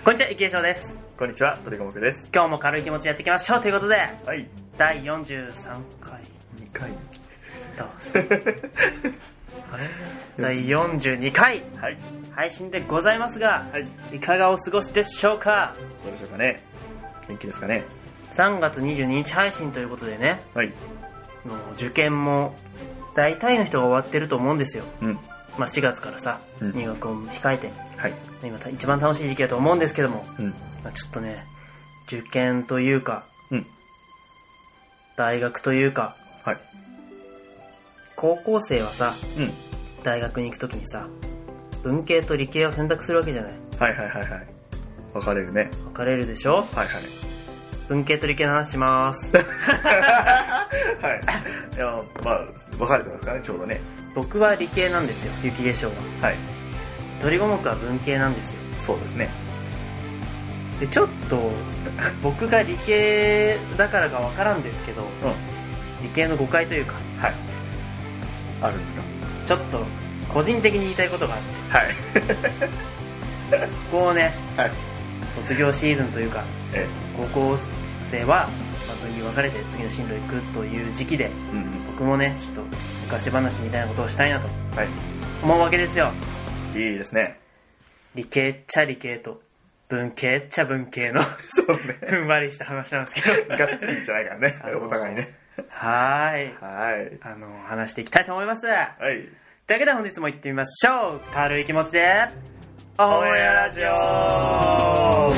こんにちは、池江翔です。 こんにちは、鳥五目です。 今日も軽い気持ちでやっていきましょうということで、 はい。 第43回。 2回。 だ、あれ第42回、 はい。 配信でございますが、 はい。 いかがお過ごしでしょうか。 どうでしょうかね。元気ですかね。 3月22日配信ということでね、 はい。 もう受験も大体の人が終わってると思うんですよ。 うん。 まあ4月からさ、入学を控えて、 はい。 今一番楽しい時期だと思うんですけども、 うん。 まあ、ちょっとね、受験というか、 うん。 大学というか、 はい。 高校生はさ、 うん。 大学に行くときにさ、文系と理系を選択するわけじゃない。 はいはいはいはい。分かれるね。 分かれるでしょ。 はいはい。 文系と理系の話します。 はい。いや、まあ、分かれてますからね、ちょうどね。 僕は理系なんですよ、雪化粧は。 はい。 鳥五目は文系なんですよ。 そうですね。 で、ちょっと、僕が理系だからかわからんですけど、 うん。 理系の誤解というか、 はい。あるんですか。 ちょっと、個人的に言いたいことがあっはい。 て、そこをね、 はい。 卒業シーズンというか、 え高校生は、分に分かれて次の進路行くという時期で、 うん。 僕もね、ちょっと昔話みたいなことをしたいなとはい。 思うわけですよ。 いいですね。 理系っちゃ理系と、文系っちゃ文系のそうね。 ふんわりした話なんですけど。 ガッツリじゃないからね。お互いね。 はーい。 はい。 話していきたいと思います。 はい。 というわけで本日も行ってみましょう。軽い気持ちで、オンエアラジオ。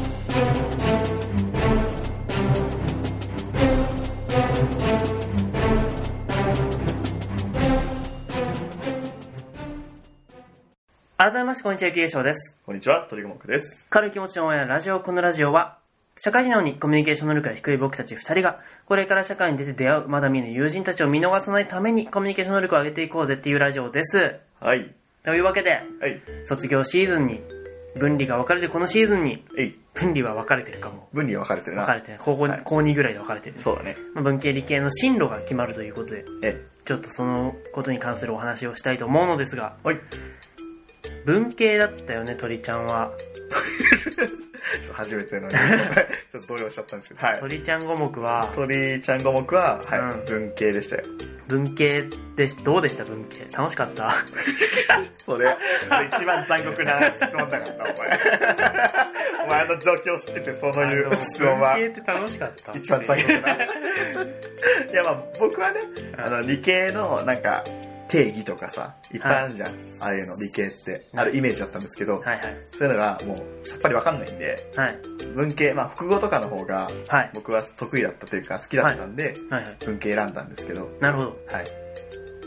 改めましてこんにちは、ゆきえしょうです。 こんにちは、鳥五目です。 軽い気持ちのオンエアラジオ。このラジオは、社会人なのにコミュニケーション能力が低い僕たち二人が、これから社会に出て出会うまだ見ぬ友人たちを見逃さないためにコミュニケーション能力を上げていこうぜっていうラジオです。 はい。 というわけで、 はい。 卒業シーズンに、分離が分かれてるこのシーズンに、 えい。 分離は分かれてるかも。 分離は分かれてるな。 分かれてる。高2ぐらいで分かれてる。 そうだね。 文系理系の進路が決まるということで、ちょっとそのことに関するお話をしたいと思うのですが、 はい。 文系だったよね、鳥ちゃんは。 初めてのに、ちょっと動揺しちゃったんですけど、はい。 鳥ちゃん五目は、 鳥ちゃん五目は、はい、 うん、 文系でしたよ。 文系でどうでした文系。楽しかったそれ一番残酷な質問だからな、お前。お前の状況を知ってて、そういう質問は。 文系って楽しかった一番残酷な。いや、まあ、僕はね、理系の、なんか、定義とかさ、いっぱいあるじゃん。はい、ああいうの、理系って。あるイメージだったんですけど、 はいはい、 そういうのがもうさっぱりわかんないんで、 はい、 文系、まあ国語とかの方が、 はい、 僕は得意だったというか好きだったんで、 はいはいはい、 文系選んだんですけど。 なるほど。 はい。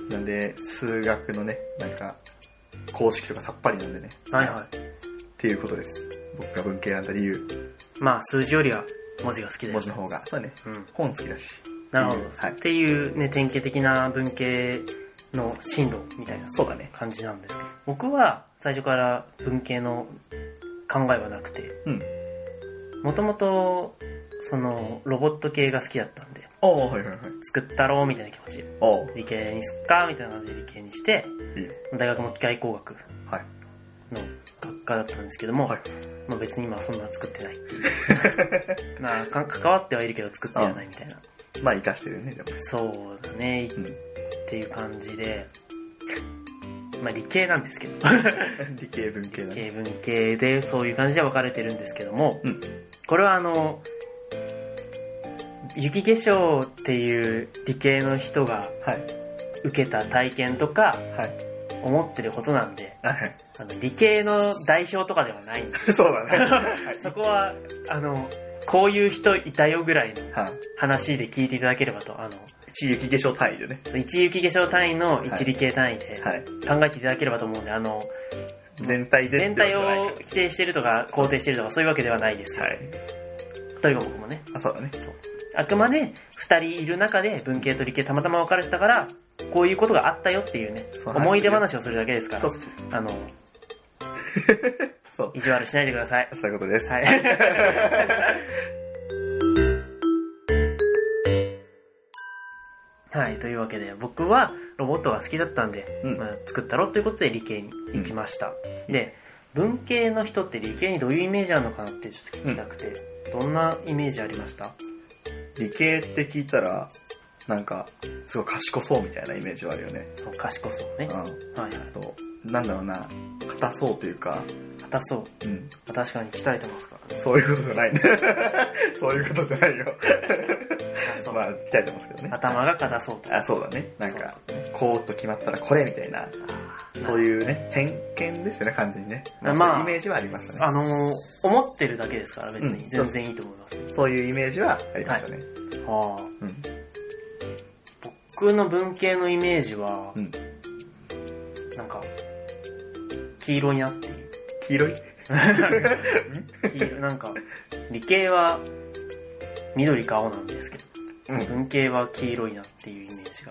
なんで、数学のね、なんか、公式とかさっぱりなんでね。 はいはい。 っていうことです。僕が文系選んだ理由。 まあ数字よりは文字が好きだよ。 文字の方が。そうね。うん。本好きだし。 なるほど。 はい。 っていうね、典型的な文系の進路みたいな感じなんですけど、僕は最初から文系の考えはなくて、もともとそのロボット系が好きだったんで、 はいはいはい、 作ったろうみたいな気持ちで理系にすっかみたいな感じで理系にして、大学も機械工学の学科だったんですけども、はい、まあ、別にまあそんな作ってないまあ関わってはいるけど作ってはないみたいな。 まあ生かしてるね、でも。 そうだね、っていう感じで、まあ理系なんですけど理系文系だね。 理系文系でそういう感じで分かれてるんですけども、これは雪化粧っていう理系の人が受けた体験とか思ってることなんで、理系の代表とかではないんでそうだねそこはこういう人いたよぐらいの話で聞いていただければと、 一雪化粧単位でね。 一雪化粧単位の一理系単位で考えていただければと思うんで、 全体を否定してるとか肯定してるとかそういうわけではないですよ。はい。というか僕もね。 そうだね。 そう。あくまで二人いる中で文系と理系たまたま分かれてたから、こういうことがあったよっていうね、思い出話をするだけですから。そう。そう。意地悪しないでください。 そういうことです。はい。 はい、というわけで僕はロボットが好きだったんで、まあ、作ったろということで理系に行きました。で、 文系の人って理系にどういうイメージあるのかなってちょっと聞きたくて、どんなイメージありました？ 理系って聞いたら、なんか、すごい賢そうみたいなイメージはあるよね。 そう、賢そうね。はいはい。 なんだろうな、硬そうというか。 硬そう。確かに鍛えてますからね。 そういうことじゃないね。そういうことじゃないよ。まあ、鍛えてますけどね。 頭が硬そうと。 そうだね。なんか、こうと決まったらこれみたいな。そういうね、偏見ですよね、完全にね。まあ、イメージはありましたね。 思ってるだけですから別に全然いいと思います。 そういうイメージはありましたね。 僕の文系のイメージは、なんか、黄色いなっていう。 黄色いなんか、理系は緑か青なんですけど、文系は黄色いなっていうイメージが。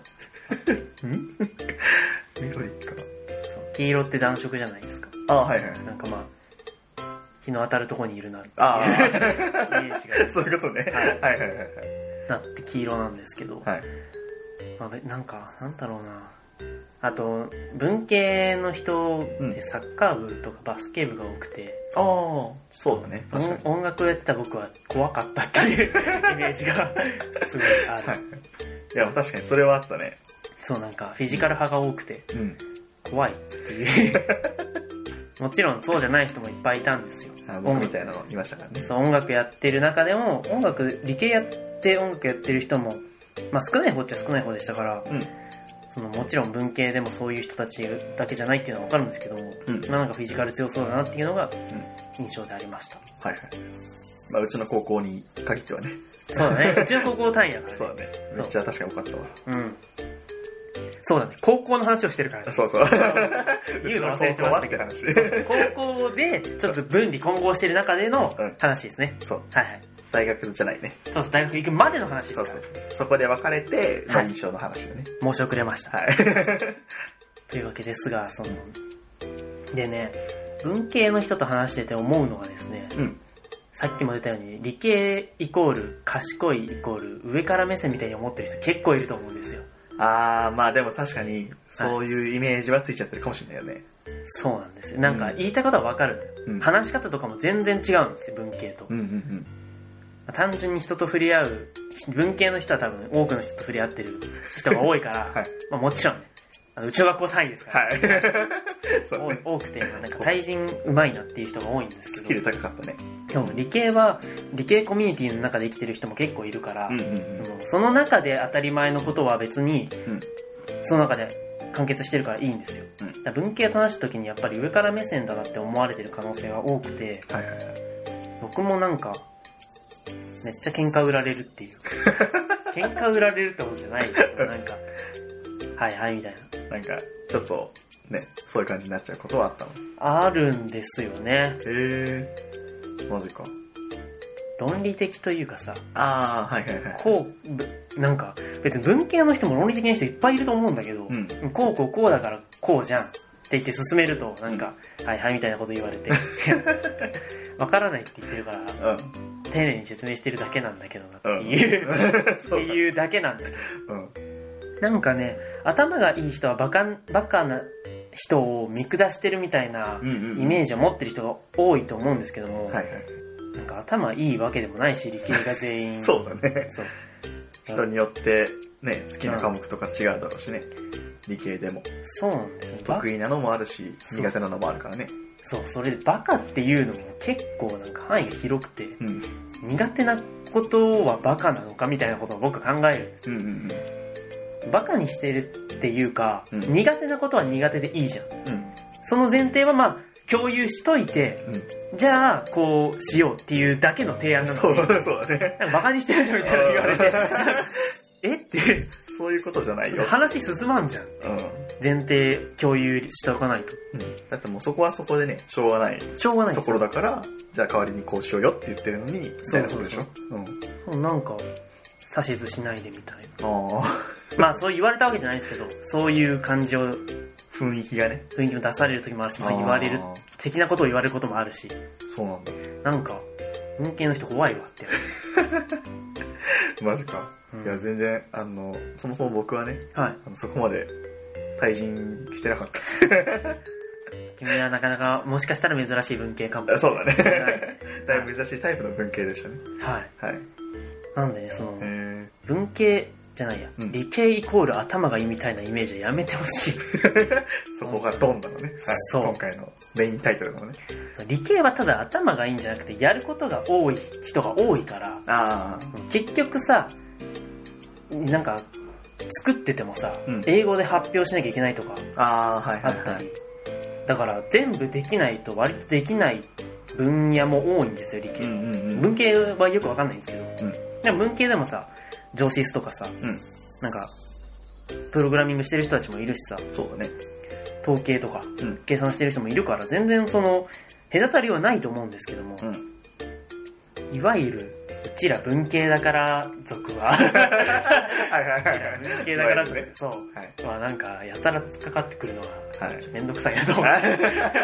緑か。 黄色って暖色じゃないですか。 はいはい。 なんかまあ、日の当たるとこにいるなっていうイメージが。 そういうことね。はいはいはい。 なって黄色なんですけど、なんか、なんだろうな。あと、文系の人ってサッカー部とかバスケ部が多くて、 そうだね。確かに。 音楽をやってた僕は怖かったっていうイメージがすごいある。 いや、確かにそれはあったね。 そう、なんかフィジカル派が多くて、怖いっていう。もちろんそうじゃない人もいっぱいいたんですよ。 僕みたいなのいましたからね。 そう、音楽やってる中でも、理系やって音楽やってる人も、まあ少ない方っちゃ少ない方でしたから、もちろん文系でもそういう人たちだけじゃないっていうのはわかるんですけども、なんかフィジカル強そうだなっていうのが印象でありました。 はいはい。まあうちの高校に限ってはね。 そうだね。うちの高校単位だからね。 そうだね。めっちゃ確かに多かったわ。 そうだね。高校の話をしてるからね。 そうそう。 言うの忘れてましたけど。高校でちょっと分離混合してる中での話ですね。 そう。 はいはい。 大学じゃないね。 そうそう、大学行くまでの話ですから。 そこで別れての印象の話だね。 申し遅れました。 はい。 というわけですが、でね、文系の人と話してて思うのがですね、さっきも出たように、理系イコール賢いイコール上から目線みたいに思ってる人結構いると思うんですよ。 まあでも確かにそういうイメージはついちゃってるかもしれないよね。 そうなんですよ。なんか言いたいことはわかるんだよ。話し方とかも全然違うんですよ、文系と。単純に人と触れ合う、文系の人は多分多くの人と触れ合ってる人が多いから、まあもちろんね、うちの学校3位ですから、多くて、なんか対人上手いなっていう人が多いんですけど、 スキル高かったね。 でも理系コミュニティの中で生きてる人も結構いるから、その中で当たり前のことは別に、その中で完結してるからいいんですよ。文系と話した時にやっぱり上から目線だなって思われてる可能性が多くて、僕もなんか、めっちゃ喧嘩売られるっていう。喧嘩売られるってことじゃないけど、なんか、はいはいみたいな。 なんか、ちょっと、ね、そういう感じになっちゃうことはあったの？ あるんですよね。 マジか。 論理的というかさ、 はい。 なんか、別に文系の人も論理的な人いっぱいいると思うんだけど、こうだからこうじゃんって言って進めると、なんか、はいはいみたいなこと言われて、わからないって言ってるから、丁寧に説明してるだけなんだけどなっていう、っていうだけなんだけど。なんかね、頭がいい人はバカな人を見下してるみたいなイメージを持ってる人が多いと思うんですけども、なんか頭いいわけでもないし、理系が全員。 そうだね。人によってね、好きな科目とか違うだろうしね。理系でも。 そうなんですよ。 得意なのもあるし、苦手なのもあるからね。 そう、それでバカっていうのも結構なんか範囲が広くて、苦手なことはバカなのかみたいなことを僕考えるんですよ。バカにしてるっていうか、苦手なことは苦手でいいじゃん。その前提はまあ、共有しといて、じゃあ、こうしようっていうだけの提案なので、 そうだね。 バカにしてるじゃんみたいな言われて、えって、 そういうことじゃないよ。 話進まんじゃん。前提共有しておかないと。 だってもうそこはそこでね、しょうがないところだから、じゃあ代わりにこうしようよって言ってるのに、みたいなことでしょ。 なんか、指図しないでみたいな。まあそう言われたわけじゃないですけど、そういう感じを、 雰囲気も出される時もあるし、まあ言われる、的なことを言われることもあるし。 そうなんだ。 なんか、文系の人怖いわって。 マジか。いや、全然、そもそも僕はね、そこまで対人してなかった。 君はなかなかもしかしたら珍しい文系かも。 そうだね。だいぶ珍しいタイプの文系でしたね。 はい。 はい。 なんでね、文系じゃないや、理系イコール頭がいいみたいなイメージはやめてほしい。 そこがドンなのね。はい。そう。今回のメインタイトルのね。 理系はただ頭がいいんじゃなくて、やることが多い人が多いから、結局さ、なんか、作っててもさ、英語で発表しなきゃいけないとか、あったり。だから全部できないと割とできない分野も多いんですよ、理系。文系はよくわかんないんですけど、でも文系でもさ、上シスとかさ、なんか、プログラミングしてる人たちもいるしさ、 そうだね。 統計とか、計算してる人もいるから、全然隔たりはないと思うんですけども、いわゆる、うちら文系だから族は、文系だから族、そう、まあなんか、やたら突っかかってくるのは、めんどくさいなと思って、なん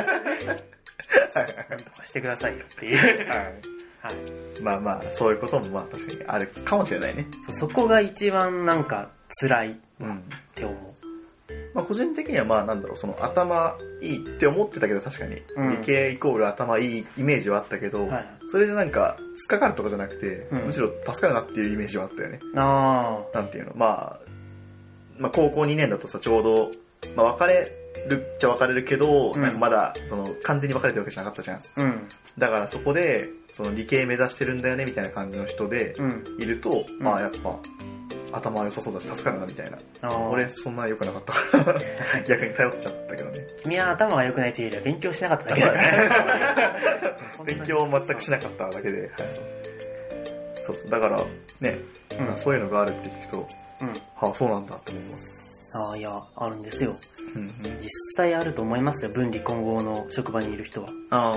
とかしてくださいよっていう。 まあまあ、そういうこともまあ確かにあるかもしれないね。 そこが一番なんか辛いって思う。 まあ個人的にはまあなんだろう、頭いいって思ってたけど確かに、理系イコール頭いいイメージはあったけど、それでなんか、突っかかるとかじゃなくて、むしろ助かるなっていうイメージはあったよね。なんていうの、まあ高校2年だとさ、ちょうど、まあ分かれるっちゃ分かれるけど、なんかまだ、完全に分かれてるわけじゃなかったじゃん。だからそこで、理系目指してるんだよねみたいな感じの人でいると、まあやっぱ頭良さそうだし助かるなみたいな。俺そんな良くなかったから逆に頼っちゃったけどね。 君は頭が良くないというよりは勉強しなかっただけだね。 勉強を全くしなかっただけで、そうそう、だからね、そういうのがあるって聞くと、はあそうなんだって思う。 いやあるんですよ。実際あると思いますよ、分理混合の職場にいる人は。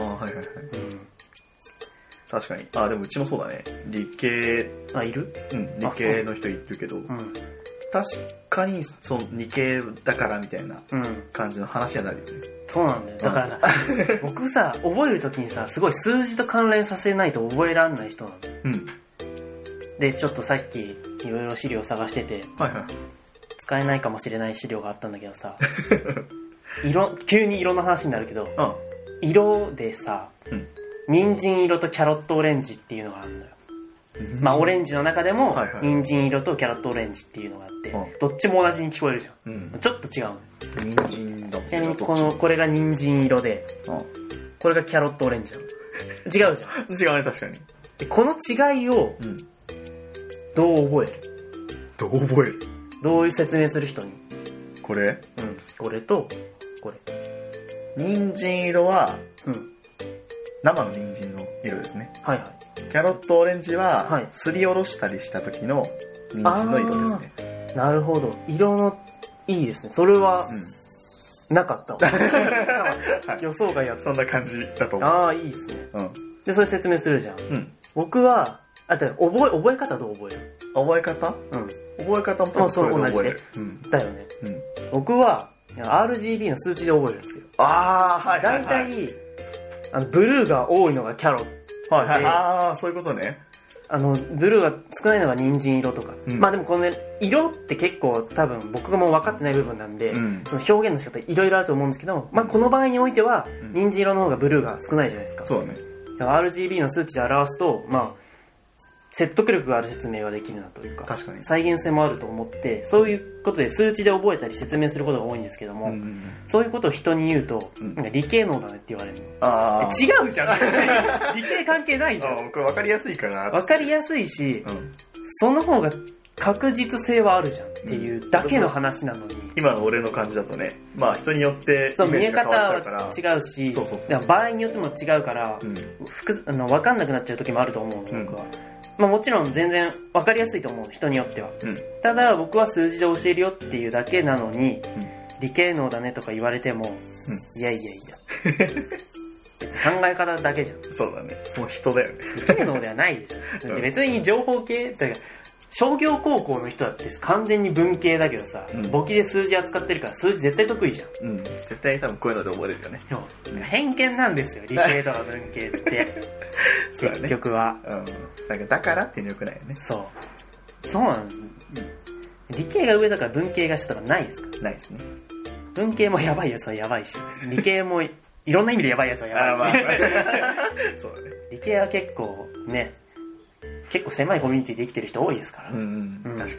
確かに。でもうちもそうだね。理系、 いる？ 理系の人いるけど、確かに、理系だからみたいな感じの話になるよね。 そうなんだよ。だからさ、僕さ、覚えるときにさ、すごい数字と関連させないと覚えらんない人なの。で、ちょっとさっき、いろいろ資料探してて、使えないかもしれない資料があったんだけどさ、急に色の話になるけど、色でさ、人参色とキャロットオレンジっていうのがあるんだよ。まあオレンジの中でも人参色とキャロットオレンジっていうのがあって、どっちも同じに聞こえるじゃん。ちょっと違うの。 人参だ。 ちなみにこれが人参色で、これがキャロットオレンジなの。違うじゃん。 違うね、確かに。 でこの違いをどう覚える？どういう説明する人に？ これ？ これとこれ。 人参色は生の人参の色ですね。キャロットオレンジは、すりおろしたりした時の人参の色ですね。 なるほど。色の、いいですね。それは、なかったわ。予想外やった。 そんな感じだと思う。 いいですね。で、それ説明するじゃん。僕は、覚え方どう覚える？ 覚え方も多分それで覚える。 だよね。僕は、RGB の数値で覚えるんですけど。だいたい、ブルーが多いのがキャロット。 そういうことね。 ブルーが少ないのが人参色とか。まあでもこのね、色って結構多分僕がもう分かってない部分なんで、その表現の仕方いろいろあると思うんですけど、まあこの場合においては、人参色の方がブルーが少ないじゃないですか。 そうだね。 だから RGB の数値で表すと、まあ、説得力がある説明ができるなというか、 確かに再現性もあると思って、そういうことで数値で覚えたり説明することが多いんですけども、そういうことを人に言うと、なんか理系能だねって言われるの。違うじゃん。理系関係ないじゃん。 これ分かりやすいかな。 分かりやすいし、その方が確実性はあるじゃんっていうだけの話なのに。 今の俺の感じだとね、まあ人によってイメージが変わっちゃうから。 見え方は違うし、場合によっても違うから、分かんなくなっちゃう時もあると思うの、僕は。まあもちろん全然分かりやすいと思う、人によっては。ただ僕は数字で教えるよっていうだけなのに、理系能だねとか言われても、いやいやいや。考え方だけじゃん。 そうだね。その人だよね。 理系能ではないでしょ。別に情報系、商業高校の人だって完全に文系だけどさ、簿記で数字扱ってるから数字絶対得意じゃん。 絶対多分こういうので覚えれるよね。 でも偏見なんですよ、理系とか文系って。結局は。 だからっていうのよくないよね。 そうなん理系が上だから文系が下とかないですか？ ないですね。 文系もやばいやつはやばいし、理系もいろんな意味でやばいやつはやばいし。 そうだね。 理系は結構ね、結構狭いコミュニティで生きてる人多いですから。 確かに。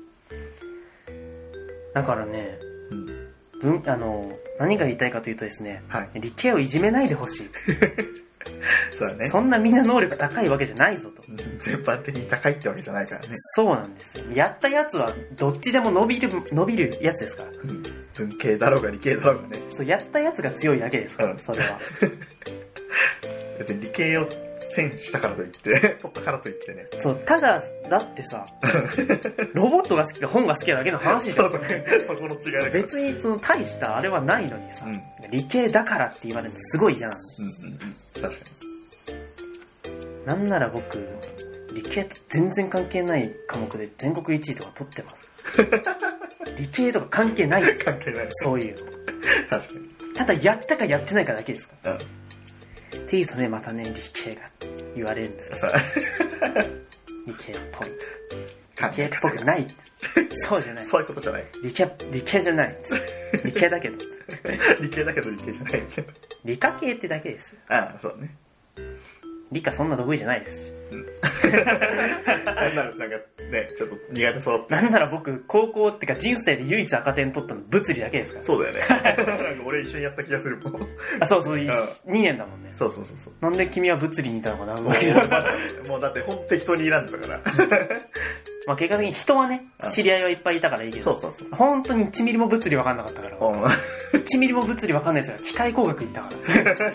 だからね、何が言いたいかというとですね、理系をいじめないでほしい。 そうだね。 そんなみんな能力高いわけじゃないぞと。 全般的に高いってわけじゃないからね。 そうなんですよ。やったやつはどっちでも伸びるやつですから。 文系だろうが理系だろうがね。 そう、やったやつが強いだけですから、それは。 別に理系を選したからといって、取ったからといってね。 そう、ただ、だってさ、ロボットが好きか本が好きなだけの話じゃん。 そこの違いだから。 別にその大したあれはないのにさ、理系だからって言われるのすごい嫌なんだ。 確かに。 なんなら僕、理系と全然関係ない科目で全国1位とか取ってます。理系とか関係ないです。 関係ない。 そういうの。 確かに。 ただやったかやってないかだけですから。っていうとね、またね、理系が言われるんですよ。理系っぽい。理系っぽくない。そうじゃない。 そういうことじゃない。 理系じゃない。理系だけど。 理系だけど理系じゃない。 理科系ってだけです。 そうね。 理科そんな得意じゃないですし。 なんならなんかね、ちょっと苦手そうって。 なんなら僕、高校ってか人生で唯一赤点取ったの物理だけですから。 そうだよね。なんか俺一緒にやった気がするもん。 そう、2年だもんね。 そう。 なんで君は物理にいたのかな。もうだってほんと適当に選んでたから。 まあ結果的に人はね、知り合いはいっぱいいたからいいけど、 そう本当に1ミリも物理分かんなかったから、1ミリも物理分かんないやつが機械工学行ったから。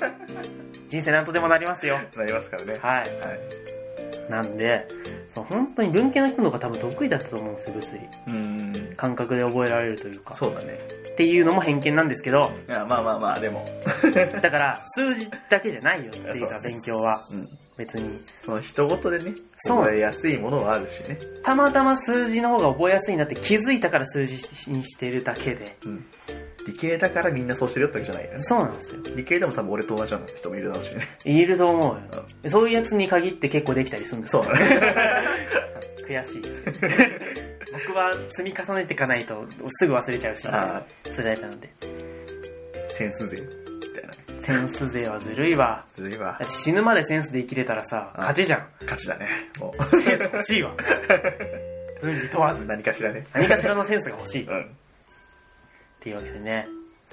人生なんとでもなりますよ。 なりますからね。 はい。なんで、本当に文系の人の方が多分得意だったと思うんですよ、物理。感覚で覚えられるというか。 そうだね。 っていうのも偏見なんですけど。 いや、まあ、でも。 だから、数字だけじゃないよっていうか、勉強は。別に。 その人ごとでね、覚えやすいものはあるしね。 たまたま数字の方が覚えやすいなって気づいたから数字にしてるだけで。 理系だからみんなそうしてるよってわけじゃないよね。 そうなんですよ。 理系でも多分俺と同じような人もいるだろうしね。 いると思うよ。そういうやつに限って結構できたりするんですよ。 そうだね。 悔しい。僕は積み重ねていかないとすぐ忘れちゃうし、それだけなんで。 センス勢みたいな。 センス勢はずるいわ。だって死ぬまでセンスで生きれたらさ、勝ちじゃん。 勝ちだね。もう。 センス欲しいわ。分離問わず。 何かしらね。 何かしらのセンスが欲しい。っていうわけでね、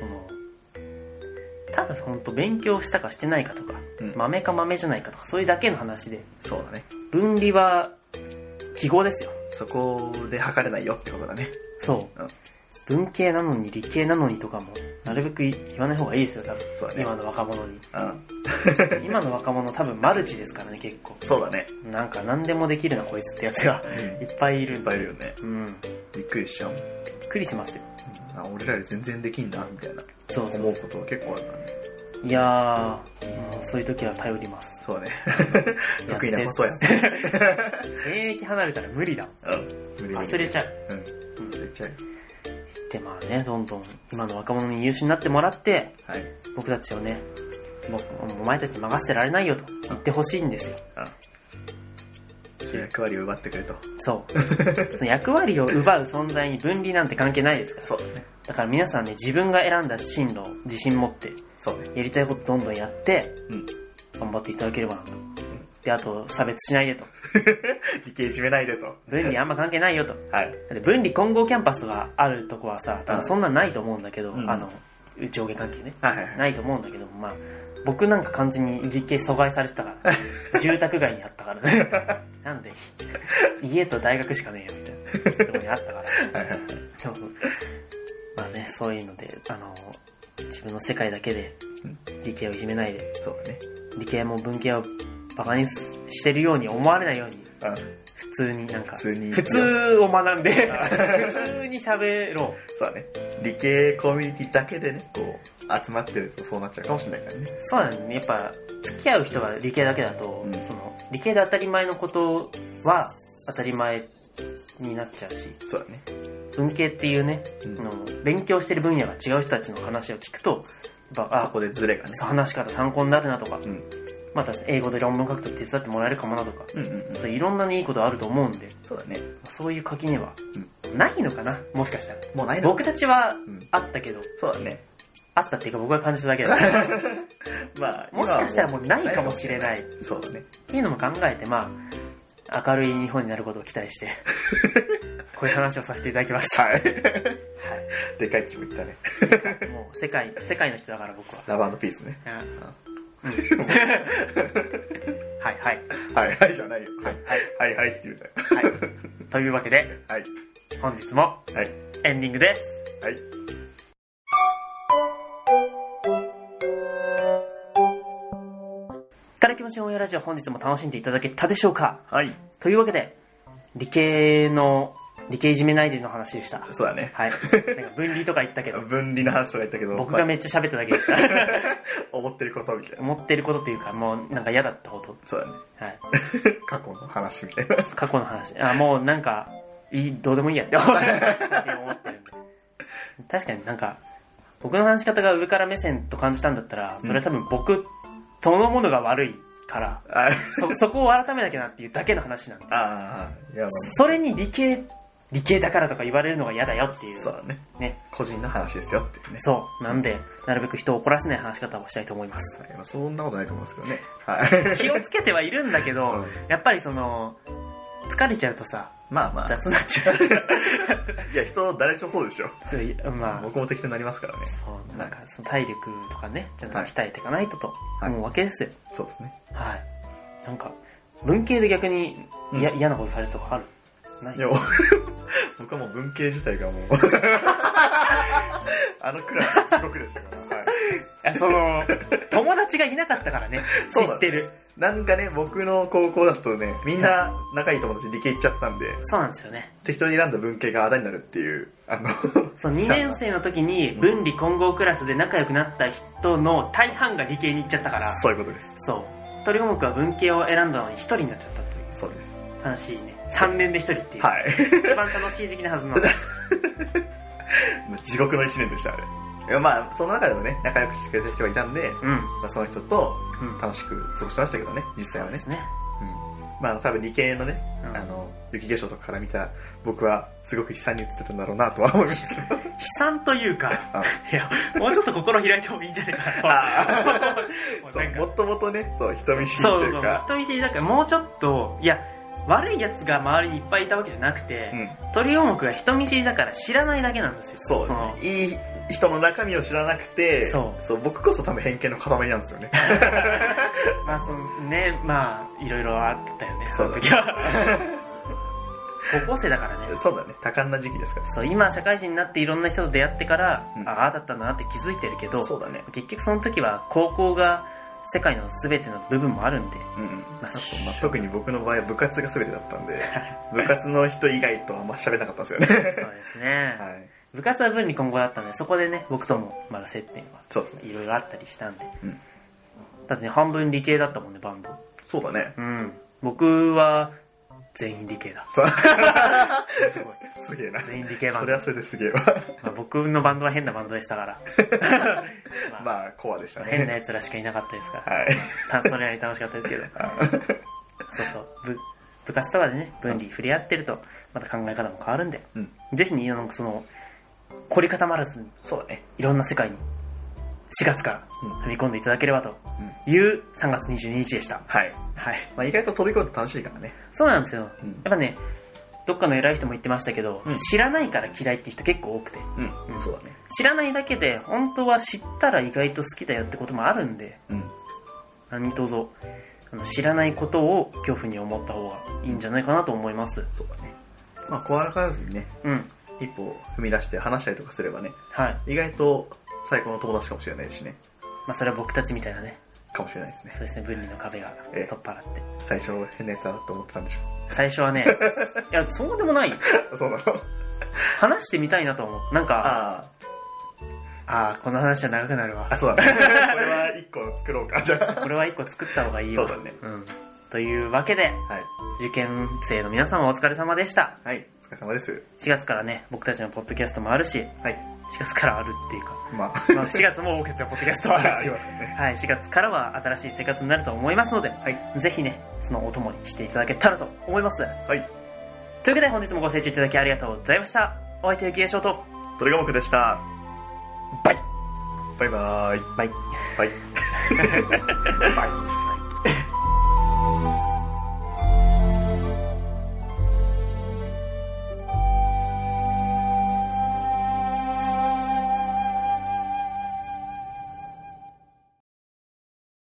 ただ本当勉強したかしてないかとか、豆か豆じゃないかとか、そういうだけの話で。 そうだね。 分離は記号ですよ。 そこで測れないよってことだね。 そう。文系なのに理系なのにとかも、なるべく言わない方がいいですよ、多分。そうだね。今の若者に。今の若者多分マルチですからね、結構。 そうだね。 なんか何でもできるな、こいつってやつがいっぱいいる。 いっぱいいるよね。びっくりしちゃう。 びっくりしますよ。 俺らより全然できんな、みたいな。思うことは結構あるからね。 いやー、そういう時は頼ります。 そうね。得意なことや。 現役離れたら無理だ。忘れちゃう。 忘れちゃう。 で、まあね、どんどん今の若者に優秀になってもらって、僕たちをね、お前たちに任せてられないよと言ってほしいんですよ。 役割を奪ってくれと。 そう。その役割を奪う存在に分離なんて関係ないですから。 そうだね。 だから皆さんね、自分が選んだ進路を自信持って、 そうね。 やりたいことどんどんやって、頑張っていただければなと。で、あと、差別しないでと。 理系いじめないでと。 分離あんま関係ないよと。で分離混合キャンパスがあるとこはさ、多分そんなんないと思うんだけど、上下関係ね。ないと思うんだけど、まあ、僕なんか完全に理系阻害されてたから、住宅街にあったからね。なんで、家と大学しかねえよ、みたいなとこにあったから。まあね、そういうので、自分の世界だけで理系をいじめないで、 そうだね。 理系も文系をバカにしてるように思われないように、普通になんか、普通を学んで、普通に喋ろう。 そうだね。理系コミュニティだけでね、こう、集まってるとそうなっちゃうかもしれないからね。 そうなんね。やっぱ、付き合う人が理系だけだと、理系で当たり前のことは当たり前になっちゃうし、 そうだね。 文系っていうね、勉強してる分野が違う人たちの話を聞くと、 そこでズレがね。 話し方参考になるなとか、 また英語で論文書くと手伝ってもらえるかもなとか、そういろんなねいいことあると思うんで、 そうだね。 そういう垣根は、ないのかな、もしかしたら。 もうないの？ 僕たちはあったけど、 そうだね。 あったっていうか僕が感じただけだまあ、 もしかしたらもうないかもしれない。 そうだね。 っていうのも考えて、まあ、明るい日本になることを期待して、こういう話をさせていただきました。 はい。でかい気分いったね。 もう世界の人だから僕は。 ラブ&ピースね。 はいはい。 はいはいじゃないよ。はいはいって言うんだよ。 はい。というわけで、 はい。 本日もエンディングです。 はい。 から気持ちの親ラジオ、本日も楽しんでいただけたでしょうか？ はい。 というわけで、理系いじめないでの話でした。 そうだね。 はい。なんか分離とか言ったけど。 分離の話とか言ったけど。 僕がめっちゃ喋っただけでした。 思ってることみたいな。 思ってることっていうか、もうなんか嫌だったこと。 そうだね。 はい。 過去の話みたいな。 過去の話。もうなんか、どうでもいいやって思ってるんで。確かになんか、僕の話し方が上から目線と感じたんだったら、それは多分僕そのものが悪いから、そこを改めなきゃなっていうだけの話なんで。それに理系だからとか言われるのが嫌だよっていう。 そうだね。 ね。 個人の話ですよっていうね。 そう。なんで、なるべく人を怒らせない話し方をしたいと思います。 はい、そんなことないと思いますけどね。 はい。気をつけてはいるんだけど、やっぱり疲れちゃうとさ、 まあ雑になっちゃう。 いや、誰しもそうでしょ。 まあ、 僕も適当になりますからね。 そう、なんか体力とかね、ちゃんと鍛えていかないと思うわけですよ。 そうですね。 はい。なんか、文系で逆に嫌なことされてたとかある？ いや、僕はもう文系自体がもうあのくらいの地獄でしたから。 はい。友達がいなかったからね、知ってる。 なんかね、僕の高校だとね、みんな仲いい友達理系行っちゃったんで、 そうなんですよね。 適当に選んだ文系があだになるっていう、 そう、2年生の時に分離混合クラスで仲良くなった人の大半が理系に行っちゃったから、 そういうことです。 そう。鳥五目は文系を選んだのに1人になっちゃったという。 そうです。 悲しいね。3年で1人っていう。 はい。 一番楽しい時期のはずの。 地獄の1年でした、あれ。まあ、その中でもね、仲良くしてくれた人がいたんで、その人と楽しく過ごしてましたけどね、実際はね。 そうですね。 まあ、多分理系のね、雪化粧とかから見た僕はすごく悲惨に映ってたんだろうなとは思いますけど。悲惨というか、いや、もうちょっと心開いてもいいんじゃないかなと。 もともとね、そう、人見知りというか。 人見知りだからもうちょっと、いや、悪い奴が周りにいっぱいいたわけじゃなくて、鳥五目が人見知りだから知らないだけなんですよ。 そうですね。いい人の中身を知らなくて、そう僕こそ多分偏見の塊なんですよね。 まあまあいろいろあったよね。 その時は。 高校生だからね。 そうだね。多感な時期ですから。 そう、今社会人になっていろんな人と出会ってから、ああだったんだなって気づいてるけど、 そうだね。 結局その時は高校が世界の全ての部分もあるんで、 特に僕の場合は部活が全てだったんで、部活の人以外とはあんま喋れなかったんですよね。そうですね。はい。部活は分離混合だったんで、そこでね、僕ともまだ接点はいろいろあったりしたんで。だってね、半分理系だったもんね、バンド。 そうだね。 僕は全員理系だ。 すごい。すげえな。 全員理系バンド。 それはそれですげえわ。 僕のバンドは変なバンドでしたから。 まあ、コアでしたね。 変な奴らしかいなかったですから。はい。それは楽しかったですけど。そう。部活とかでね、分離触れ合ってると、また考え方も変わるんで、ぜひね、凝り固まらずに、そうだね、いろんな世界に4月から踏み込んでいただければという3月22日でした。はい。はい。 まあ意外と飛び込んで楽しいからね。 そうなんですよ。やっぱね、どっかの偉い人も言ってましたけど、知らないから嫌いっていう人結構多くて。 そうだね。 知らないだけで、本当は知ったら意外と好きだよってこともあるんで、何卒、知らないことを恐怖に思った方がいいんじゃないかなと思います。 そうだね。まあ怖がらずにね、一歩踏み出して話したりとかすればね、意外と最高の友達かもしれないしね。 まあそれは僕たちみたいなね。 かもしれないですね。 そうですね、分離の壁が取っ払って。 最初変なやつだと思ってたんでしょ。 最初はね、いや、そうでもないよ。 そうなの。 話してみたいなと思う。なんか、この話は長くなるわ。 そうだね。これは一個作ろうか、じゃあ。 これは一個作った方がいいわ。 そうだね。 というわけで、受験生の皆様お疲れ様でした。 はい、お疲れ様です。 4月からね、僕たちのポッドキャストもあるし、 4月からあるっていうか、 まあ、 4月も僕たちはポッドキャストはあるし、 ね、 はい、4月からは新しい生活になると思いますので、はい、ぜひね、そのお供にしていただけたらと思います。はい。というわけで本日もご清聴いただきありがとうございました。お相手はギエショウと、 鳥がもくでした。バイバイ。バイ。 バイ。 バイ。バイ。